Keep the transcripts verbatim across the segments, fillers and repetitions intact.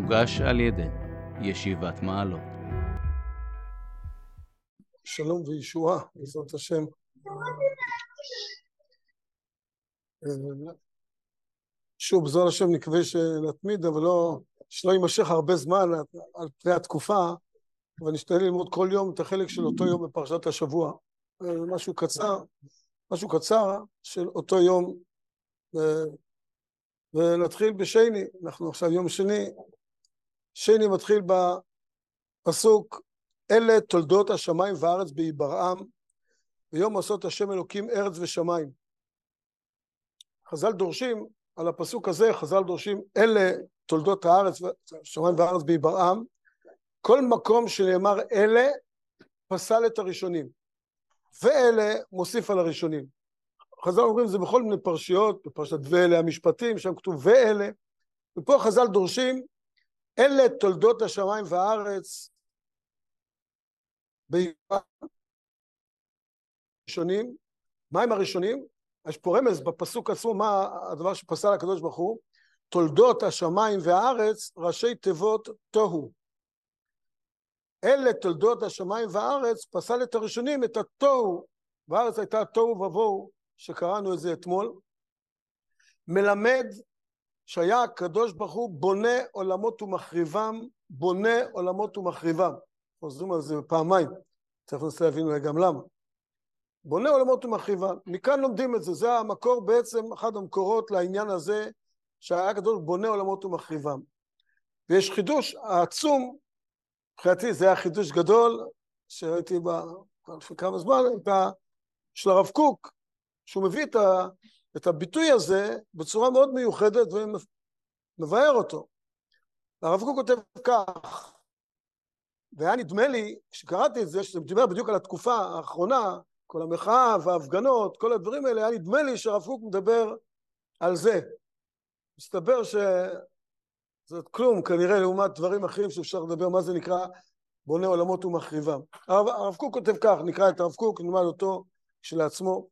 מוגש על ידי ישיבת מעלות. שלום וישועה, בעזרת השם. שוב, בעזרת השם נקווה שנתמיד, אבל לא, שלא יימשך הרבה זמן על פני התקופה, אבל נשתדל ללמוד כל יום את החלק של אותו יום בפרשת השבוע. משהו קצר, משהו קצר של אותו יום, ונתחיל בשני. אנחנו עכשיו יום שני. שני מתחיל בפסוק, אלה תולדות השמיים והארץ בהיברעם, ויום עשות השם אלוקים ארץ ושמיים. חז"ל דורשים על הפסוק הזה, חז"ל דורשים אלה תולדות הארץ, השמיים והארץ בהיברעם. כל מקום שנאמר אלה פסל את הראשונים, ואלה מוסיף על הראשונים. חז"ל אומרים זה בכל מיני פרשיות, בפרשת ואלה המשפטים, שם כתוב ואלה, ופה חז"ל דורשים אלה תולדות השמיים והארץ ראשונים. מה הם הראשונים? יש פה רמז בפסוק עצמו, מה הדבר שפסל הקדוש ברוך הוא? תולדות השמיים והארץ, ראשי תיבות תוהו. אלה תולדות השמיים והארץ, פסל את הראשונים, את התוהו, והארץ הייתה תוהו ובוהו, שקראנו את זה אתמול. מלמד שהיה הקדוש ברוך הוא בונה עולמות ומחריבם, בונה עולמות ומחריבם. חוזרים על זה פעמיים, צריך לנסה להבין גם למה. בונה עולמות ומחריבם, מכאן לומדים את זה, זה המקור בעצם, אחד המקורות לעניין הזה, שהיה הקדוש בונה עולמות ומחריבם. ויש חידוש העצום, מבחינתי זה היה חידוש גדול, שראיתי לפני כמה זמן, של הרב קוק, שהוא מביא את, ה, את הביטוי הזה בצורה מאוד מיוחדת ומבאר אותו. הרב קוק כותב כך, והיה נדמה לי, כשקראתי את זה, שזה מדבר בדיוק על התקופה האחרונה, כל המחאה וההפגנות, כל הדברים האלה, היה נדמה לי שהרב קוק מדבר על זה. מסתבר שזאת כלום, כנראה לעומת דברים אחרים שאפשר לדבר, מה זה נקרא בונה עולמות ומחריבם. הרב, הרב קוק כותב כך, נקרא את הרב קוק, נלמד אותו כשלעצמו.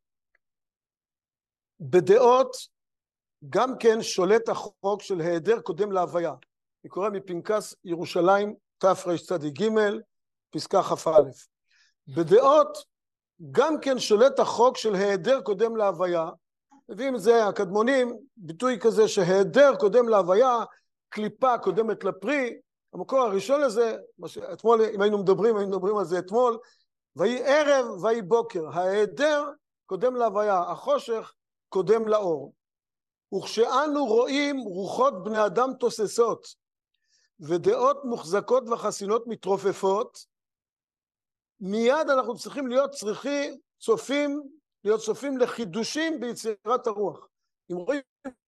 בדעות גם כן שולט החוק של היעדר קודם להוויה. אני קורא מפנקס ירושלים תרצ"ג, פסקה כ"א. בדעות גם כן שולט החוק של היעדר קודם להוויה. מביאים את זה הקדמונים, ביטוי כזה שהיעדר קודם להוויה, קליפה קודמת לפרי. המקור הראשון לזה, אתמול אם היינו מדברים, היינו מדברים על זה אתמול, ויהי ערב ויהי בוקר. ההיעדר קודם להוויה, החושך קודם לאור. וכשאנו רואים רוחות בני אדם תוססות, ודעות מוחזקות וחסינות מתרופפות, מיד אנחנו צריכים להיות צריכים, צופים, להיות צופים לחידושים ביצירת הרוח. אם רואים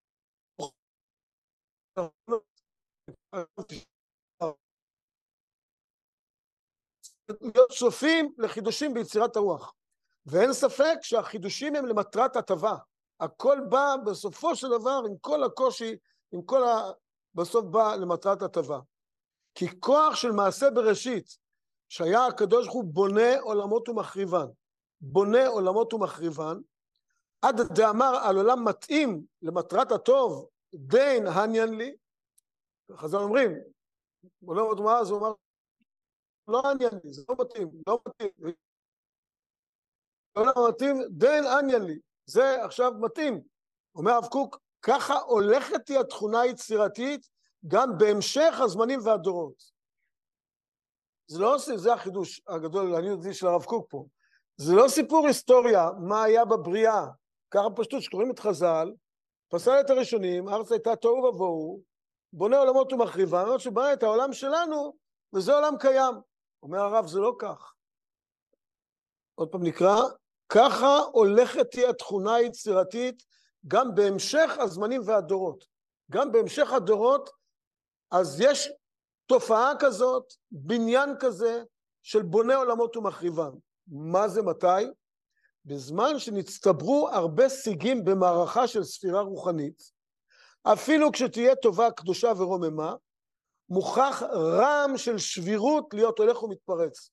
להיות צופים לחידושים ביצירת הרוח. ואין ספק שהחידושים הם למטרת הטבה. הכל בא בסופו של דבר עם כל הקושי, עם כל ה... בסוף בא למטרת הטבה. כי כוח של מעשה בראשית, שהיה הקדוש ברוך הוא בונה עולמות ומחריבן, בונה עולמות ומחריבן, עד דאמר על עולם מתאים למטרת הטוב, דין הניין לי, חז"ל אומרים, עולמות מה זה אומר, לא עניין לי, זה לא מתאים, לא מתאים, לא מתאים, דין עניין לי, זה עכשיו מתאים. אומר הרב קוק, ככה הולכת היא התכונה היצירתית, גם בהמשך הזמנים והדורות. זה לא, זה החידוש הגדול, אני יודע של הרב קוק פה. זה לא סיפור היסטוריה, מה היה בבריאה. ככה פשטות, שקוראים את חז"ל, פסל את הראשונים, הארץ הייתה תוהו ובוהו, בונה עולמות ומחריבם, אומרת שבנה את העולם שלנו, וזה עולם קיים. אומר הרב, זה לא כך. עוד פעם נקרא, ככה הולכת היא התכונה היצירתית, גם בהמשך הזמנים והדורות. גם בהמשך הדורות, אז יש תופעה כזאת, בניין כזה, של בונה עולמות ומחריבם. מה זה מתי? בזמן שנצטברו הרבה שיגים במערכה של ספירה רוחנית, אפילו כשתהיה טובה, קדושה ורוממה, מוכח רעם של שבירות להיות הולך ומתפרץ.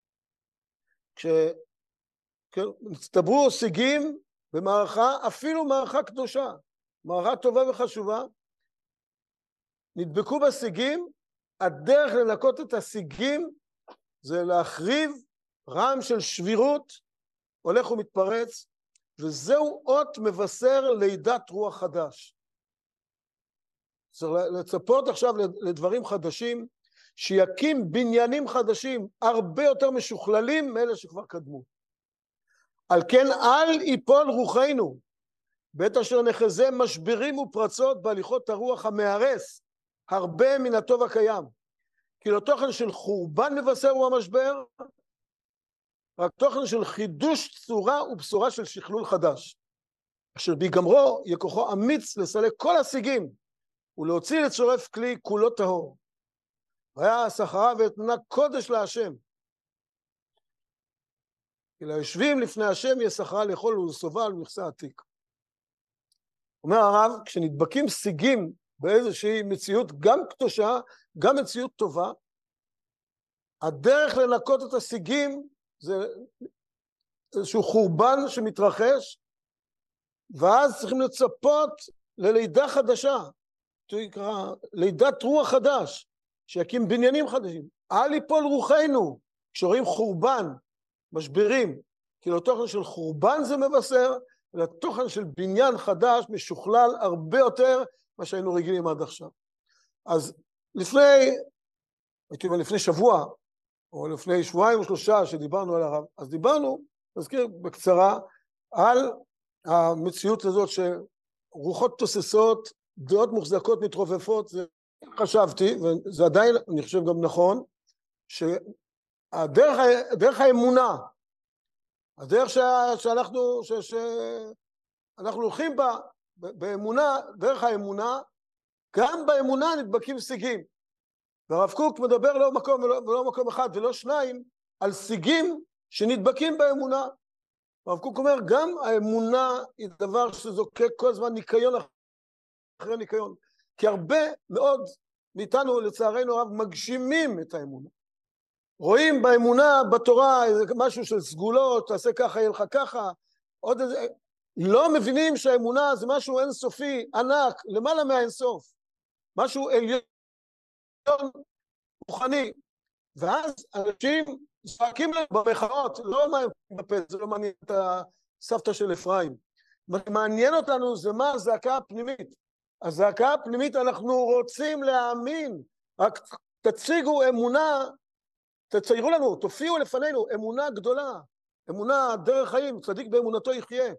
כשנצטברו שיגים במערכה, אפילו מערכה קדושה, מערכה טובה וחשובה, נדבקו בשיגים, הדרך לנקות את השיגים זה להחריב רעם של שבירות, הולך ומתפרץ, וזהו אות מבשר לידת רוח חדש. צריך לצפות עכשיו לדברים חדשים, שיקים בניינים חדשים, הרבה יותר משוכללים מאלה שכבר קדמו. על כן אל יפול רוחנו, בעת אשר נחזה משברים ופרצות בהליכות הרוח המארס, הרבה מן הטוב הקיים. כי לא תוכן של חורבן מבשר הוא המשבר, רק תוכן של חידוש צורה ובשורה של שכלול חדש. אשר ביגמרו יכוחו אמיץ לסלק כל השיגים, ולהוציא לצורף כלי כולו טהור. והיה שכרה ואתנה קודש להשם. כי ליושבים לפני השם יש שכרה לאכול ולסובה על מכסה עתיק. אומר הרב, כשנדבקים שיגים באיזושהי מציאות גם קדושה, גם מציאות טובה, הדרך לנקות את השיגים זה איזשהו חורבן שמתרחש, ואז צריכים לצפות ללידה חדשה, תקרא, לידת רוח חדש, שיקים בניינים חדשים. אל יפול רוחנו, כשרואים חורבן, משברים, כי לתוכן של חורבן זה מבשר, ולתוכן של בניין חדש משוכלל הרבה יותר מה שהיינו רגילים עד עכשיו. אז לפני, הייתי אומר לפני שבוע, או לפני שבועיים או שלושה שדיברנו על הרב, אז דיברנו, נזכיר בקצרה, על המציאות הזאת שרוחות תוססות, דעות מוחזקות מתרופפות, זה חשבתי, וזה עדיין, אני חושב גם נכון, שהדרך הדרך האמונה, הדרך שאנחנו, שאנחנו הולכים בה, באמונה, דרך האמונה, גם באמונה נדבקים שיגים. והרב קוק מדבר לא מקום ולא, ולא מקום אחד ולא שניים, על שיגים שנדבקים באמונה. הרב קוק אומר, גם האמונה היא דבר שזוקק כל הזמן ניקיון אחרי ניקיון. כי הרבה מאוד מאיתנו, לצערנו הרב, מגשימים את האמונה. רואים באמונה, בתורה, משהו של סגולות, תעשה ככה, יהיה לך ככה, עוד איזה... לא מבינים שהאמונה זה משהו אינסופי, ענק, למעלה מהאינסוף. משהו עליון, רוחני. ואז אנשים זועקים להם במחאות, לא מעניין בפה, זה לא מעניין את הסבתא של אפרים. מה שמעניין אותנו זה מה הזעקה הפנימית. הזעקה הפנימית, אנחנו רוצים להאמין, רק תציגו אמונה, תציירו לנו, תופיעו לפנינו, אמונה גדולה, אמונה דרך חיים, צדיק באמונתו יחיה.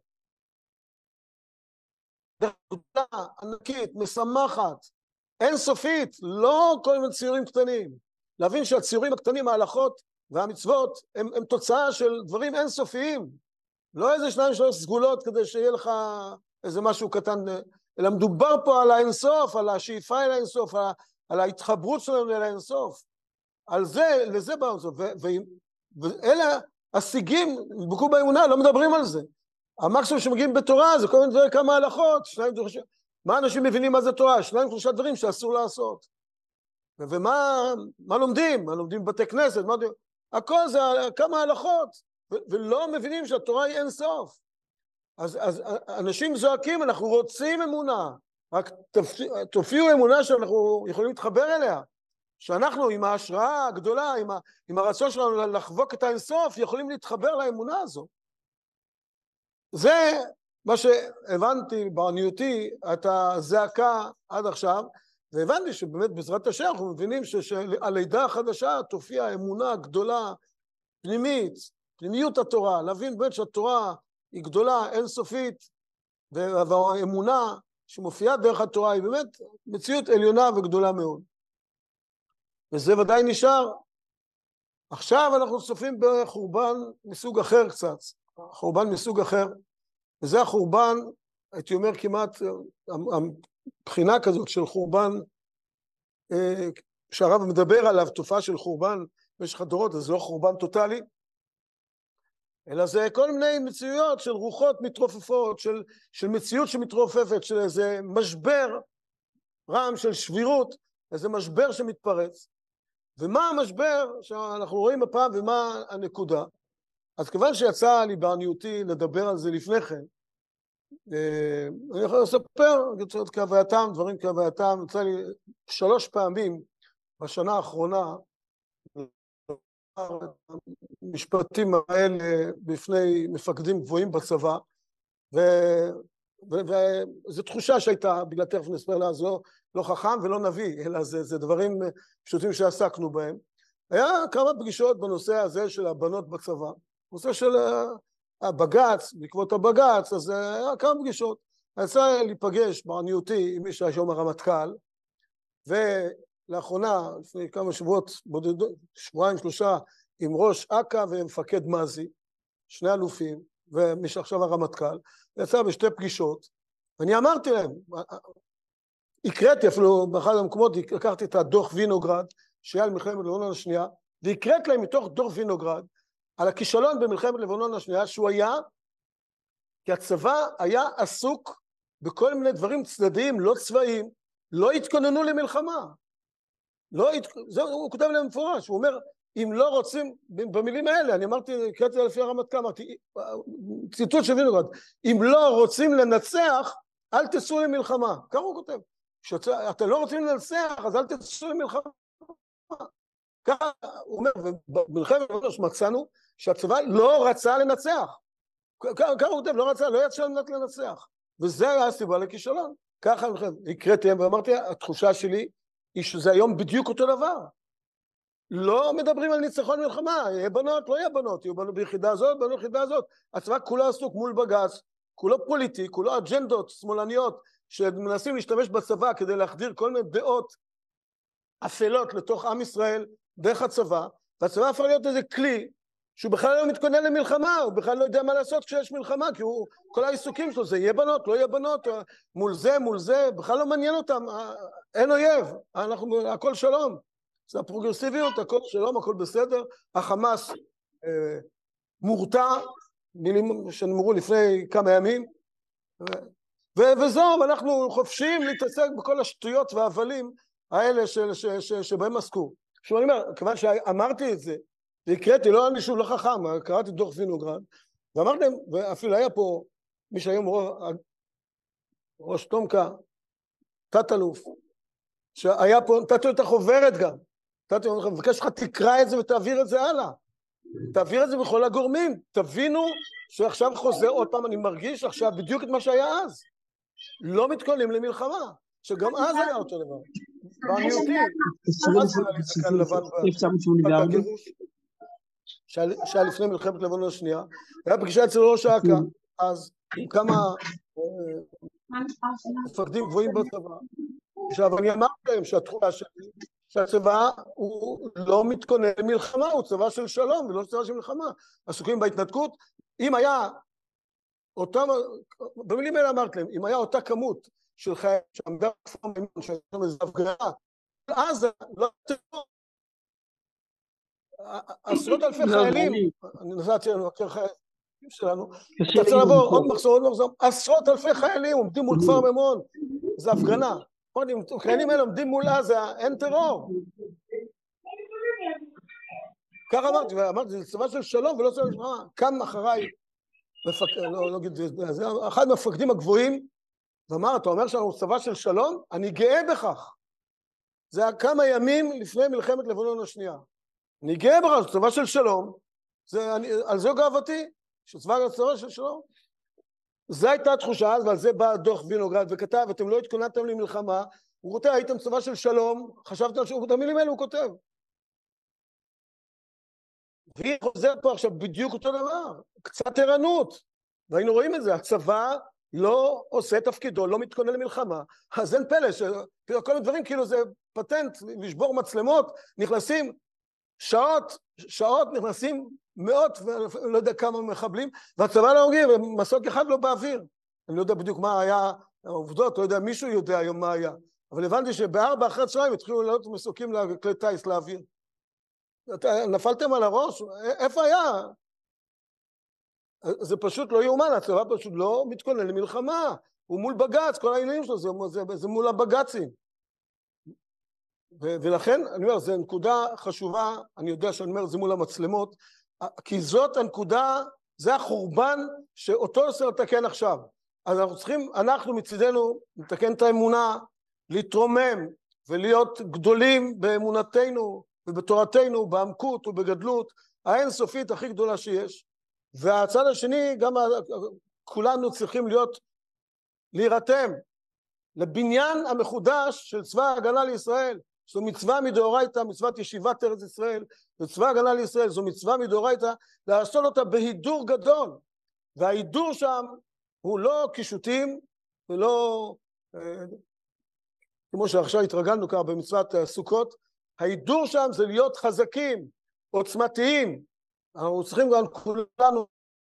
דרך גדולה, ענקית, משמחת, אינסופית, לא כל מיני ציורים קטנים. להבין שהציורים הקטנים, ההלכות והמצוות, הם, הם תוצאה של דברים אינסופיים. לא איזה שניים שלוש סגולות כדי שיהיה לך איזה משהו קטן, אלא מדובר פה על האינסוף, על השאיפה אל האינסוף, על, על ההתחברות שלנו אל האינסוף. על זה, לזה באינסוף. ואלה השיגים, נדבקו באמונה, לא מדברים על זה. המקסימום שמגיעים בתורה זה כל מיני דברים, כמה הלכות, שניים דברים, מה אנשים מבינים מה זה תורה? שניים שלושה דברים שאסור לעשות. ומה מה לומדים? מה לומדים בבתי כנסת? מה, הכל זה כמה הלכות, ולא מבינים שהתורה היא אין סוף. אז, אז אנשים זועקים, אנחנו רוצים אמונה, רק תופיעו אמונה שאנחנו יכולים להתחבר אליה, שאנחנו עם ההשראה הגדולה, עם, ה, עם הרצון שלנו לחבוק את האינסוף, יכולים להתחבר לאמונה הזו. זה מה שהבנתי בעניותי, את הזעקה עד עכשיו, והבנתי שבאמת בעזרת השם אנחנו מבינים שהלידה החדשה תופיע אמונה גדולה, פנימית, פנימיות התורה, להבין באמת שהתורה היא גדולה, אינסופית, והאמונה שמופיעה דרך התורה היא באמת מציאות עליונה וגדולה מאוד. וזה ודאי נשאר. עכשיו אנחנו צופים בחורבן מסוג אחר קצת, חורבן מסוג אחר, וזה החורבן, הייתי אומר כמעט, הבחינה כזאת של חורבן, שהרב מדבר עליו, תופעה של חורבן במשך הדורות, אז זה לא חורבן טוטלי, אלא זה כל מיני מציאויות של רוחות מתרופפות, של, של מציאות שמתרופפת, של איזה משבר רעם של שבירות, איזה משבר שמתפרץ. ומה המשבר שאנחנו רואים הפעם ומה הנקודה? אז כיוון שיצא לי בעניותי לדבר על זה לפני כן, אני יכול לספר, קצת כהווייתם, דברים כהווייתם, יצא לי שלוש פעמים בשנה האחרונה, המשפטים האלה בפני מפקדים גבוהים בצבא, וזו תחושה שהייתה, בגלל תכף נספר לה, זה לא, לא חכם ולא נביא, אלא זה, זה דברים פשוטים שעסקנו בהם. היה כמה פגישות בנושא הזה של הבנות בצבא, נושא של הבגץ, בעקבות הבגץ, אז היה כמה פגישות. יצא להיפגש בעניותי עם מי שהיום הרמטכ"ל, ולאחרונה, לפני כמה שבועות, בודדות, שבועיים שלושה, עם ראש אכ"א ומפקד מזי, שני אלופים, ומי שעכשיו הרמטכ"ל, יצא בשתי פגישות, ואני אמרתי להם, הקראתי אפילו באחד המקומות, לקחתי את הדוח וינוגרד, שהיה על מלחמת לבנון השנייה, והקראתי להם מתוך דוח וינוגרד, על הכישלון במלחמת לבנון השנייה, שהוא היה, כי הצבא היה עסוק בכל מיני דברים צדדיים, לא צבאיים, לא התכוננו למלחמה. לא הת... זה, הוא כותב להם מפורש, הוא אומר, אם לא רוצים, במילים האלה, אני אמרתי, קראתי לפי הרמטכ"ל, אמרתי, ציטוט של וינוגרד, אם לא רוצים לנצח, אל תצאו למלחמה. ככה הוא כותב. כשאתם לא רוצים לנצח, אז אל תצאו למלחמה. ככה הוא אומר, ובמלחמת לבנון מצאנו שהצבא לא רצה לנצח. ככה הוא כותב, לא רצה, לא יצא לנצח. וזה היה הסיבה לכישלון. ככה הקראתי להם ואמרתי, התחושה שלי היא שזה היום בדיוק אותו דבר. לא מדברים על ניצחון מלחמה, יהיה בנות, לא יהיה בנות, יהיו בנות ביחידה הזאת, בנות ביחידה הזאת. הצבא כולו עסוק מול בג"ץ, כולו פוליטי, כולו אג'נדות שמאלניות, שמנסים להשתמש בצבא כדי להחדיר כל מיני דעות אפלות לתוך עם ישראל, דרך הצבא, והצבא הפך להיות איזה כלי, שהוא בכלל לא מתכונן למלחמה, הוא בכלל לא יודע מה לעשות כשיש מלחמה, כי הוא, כל העיסוקים שלו זה יהיה בנות, לא יהיה בנות, מול זה, מול זה, בכלל לא מעניין אותם, אין אויב, אנחנו, הכל שלום, זה הפרוגרסיביות, הכל שלום, הכל בסדר, החמאס אה, מורתע, מילים שנאמרו לפני כמה ימים, ו- וזהו, אנחנו חופשיים להתעסק בכל השטויות והבלים האלה ש- ש- ש- שבהם עסקו. עכשיו אני אומר, כיוון שאמרתי את זה, והקראתי, לא אני שוב לא חכם, קראתי דוח וינוגרד, ואמרתם, ואפילו היה פה מי שהיום ראש תומקה, תת-אלוף, שהיה פה, נתתי לו את החוברת גם, נתתי לו, אני מבקש לך תקרא את זה ותעביר את זה הלאה, תעביר את זה בכל הגורמים, תבינו שעכשיו חוזר, עוד פעם אני מרגיש עכשיו בדיוק את מה שהיה אז, לא מתכוננים למלחמה, שגם אז היה אותו דבר, בעניותי, שהיה לפני מלחמת לבנון השנייה, היה פגישה אצל ראש אכ"א, אז עם כמה מפקדים גבוהים בצבא, עכשיו אני אמרתי להם שהתחולה שלי, שהצבא הוא לא מתכונן למלחמה, הוא צבא של שלום ולא צבא של מלחמה, עסוקים בהתנתקות, אם היה אותם, במילים האלה אמרתי להם, אם היה אותה כמות של חיילים שעמדה כפר מימון, שהייתה איזו הפגנה, אז לא תראו, עשרות אלפי חיילים, אני נסעתי לבקר חיילים שלנו, אתה צריך לעבור עוד מחזור, עוד מחזור, עשרות אלפי חיילים עומדים מול כפר מימון, זה הפגנה, חיילים האלה עומדים מול עזה, אין טרור. ככה אמרתי, ואמרתי, זה צבא של שלום ולא צבא של מלחמה, קם אחריי, אחד מהמפקדים הגבוהים, ואמר, אתה אומר שאנחנו צבא של שלום? אני גאה בכך. זה היה כמה ימים לפני מלחמת לבנון השנייה. אני גאה בכך, זה צבא של שלום, זה, אני, על זה גאוותי, שצבא צבא של שלום. זו הייתה התחושה, ועל זה בא דוח וינוגרד וכתב, אתם לא התכוננתם למלחמה, הוא כותב, הייתם צבא של שלום, חשבתם על שהוא, את המילים האלה הוא כותב. והיא חוזרת פה עכשיו בדיוק אותו דבר, קצת ערנות, והיינו רואים את זה, הצבא לא עושה תפקידו, לא מתכונן למלחמה, אז אין פלא, שכל הדברים כאילו זה פטנט, לשבור מצלמות, נכנסים שעות, שעות נכנסים מאות, ולא יודע כמה מחבלים, והצבא לא מגיע, ומסוק אחד לא באוויר, אני לא יודע בדיוק מה היה, העובדות, לא יודע, מישהו יודע היום מה היה, אבל הבנתי שבארבע אחרי הצהריים התחילו לעלות מסוקים לכלי טייס לאוויר. נפלתם על הראש? איפה היה? זה פשוט לא יאומן, הצבא פשוט לא מתכונן למלחמה, הוא מול בג"ץ, כל העניינים שלו, זה, זה, זה מול הבג"צים. ו- ולכן, אני אומר, זו נקודה חשובה, אני יודע שאני אומר, זה מול המצלמות, כי זאת הנקודה, זה החורבן שאותו עושה לתקן עכשיו. אז אנחנו צריכים, אנחנו מצידנו, לתקן את האמונה, להתרומם, ולהיות גדולים באמונתנו ובתורתנו, בעמקות ובגדלות האינסופית הכי גדולה שיש. והצד השני, גם כולנו צריכים להיות, להירתם לבניין המחודש של צבא ההגנה לישראל. זו מצווה מדאורייתא, מצוות ישיבת ארץ ישראל, וצבא ההגנה לישראל זו מצווה מדאורייתא, לעשות אותה בהידור גדול. וההידור שם הוא לא קישוטים, ולא, אה, כמו שעכשיו התרגלנו כאן במצוות הסוכות, ההידור שם זה להיות חזקים, עוצמתיים. אנחנו צריכים גם כולנו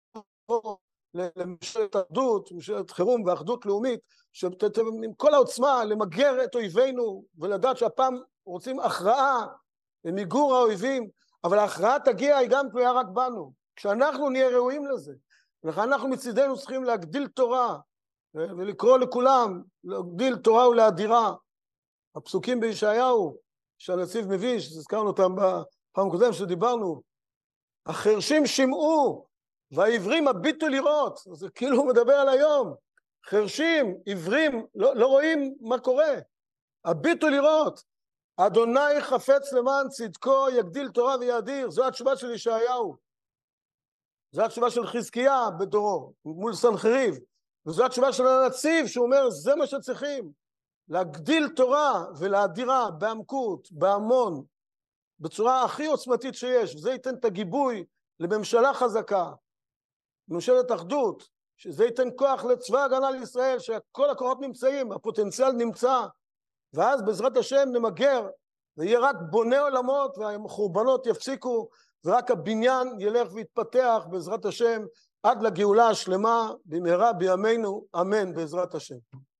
לממשלת אחדות, ממשלת חירום ואחדות לאומית, עם כל העוצמה למגר את אויבינו, ולדעת שהפעם רוצים הכרעה למיגור האויבים, אבל ההכרעה תגיע, היא גם תלויה רק בנו, כשאנחנו נהיה ראויים לזה. ולכן אנחנו מצידנו צריכים להגדיל תורה, ולקרוא לכולם, להגדיל תורה ולהדירה. הפסוקים בישעיהו, שהנציב מביא, שהזכרנו אותם בפעם הקודם שדיברנו, החרשים שמעו, והעברים הביטו לראות. זה כאילו הוא מדבר על היום. חרשים, עברים, לא, לא רואים מה קורה. הביטו לראות. אדוני חפץ למען צדקו, יגדיל תורה ויאדיר. זו התשובה של ישעיהו. זו התשובה של חזקיה בדורו, מול סנחריב. וזו התשובה של הנציב, שהוא אומר, זה מה שצריכים. להגדיל תורה ולהדירה בעמקות, בהמון, בצורה הכי עוצמתית שיש. וזה ייתן את הגיבוי לממשלה חזקה, ממשלת אחדות, שזה ייתן כוח לצבא הגנה לישראל, שכל הכוחות נמצאים, הפוטנציאל נמצא, ואז בעזרת השם נמגר, ויהיה רק בוני עולמות, והחורבנות יפסיקו, ורק הבניין ילך ויתפתח בעזרת השם, עד לגאולה השלמה, במהרה בימינו, אמן בעזרת השם.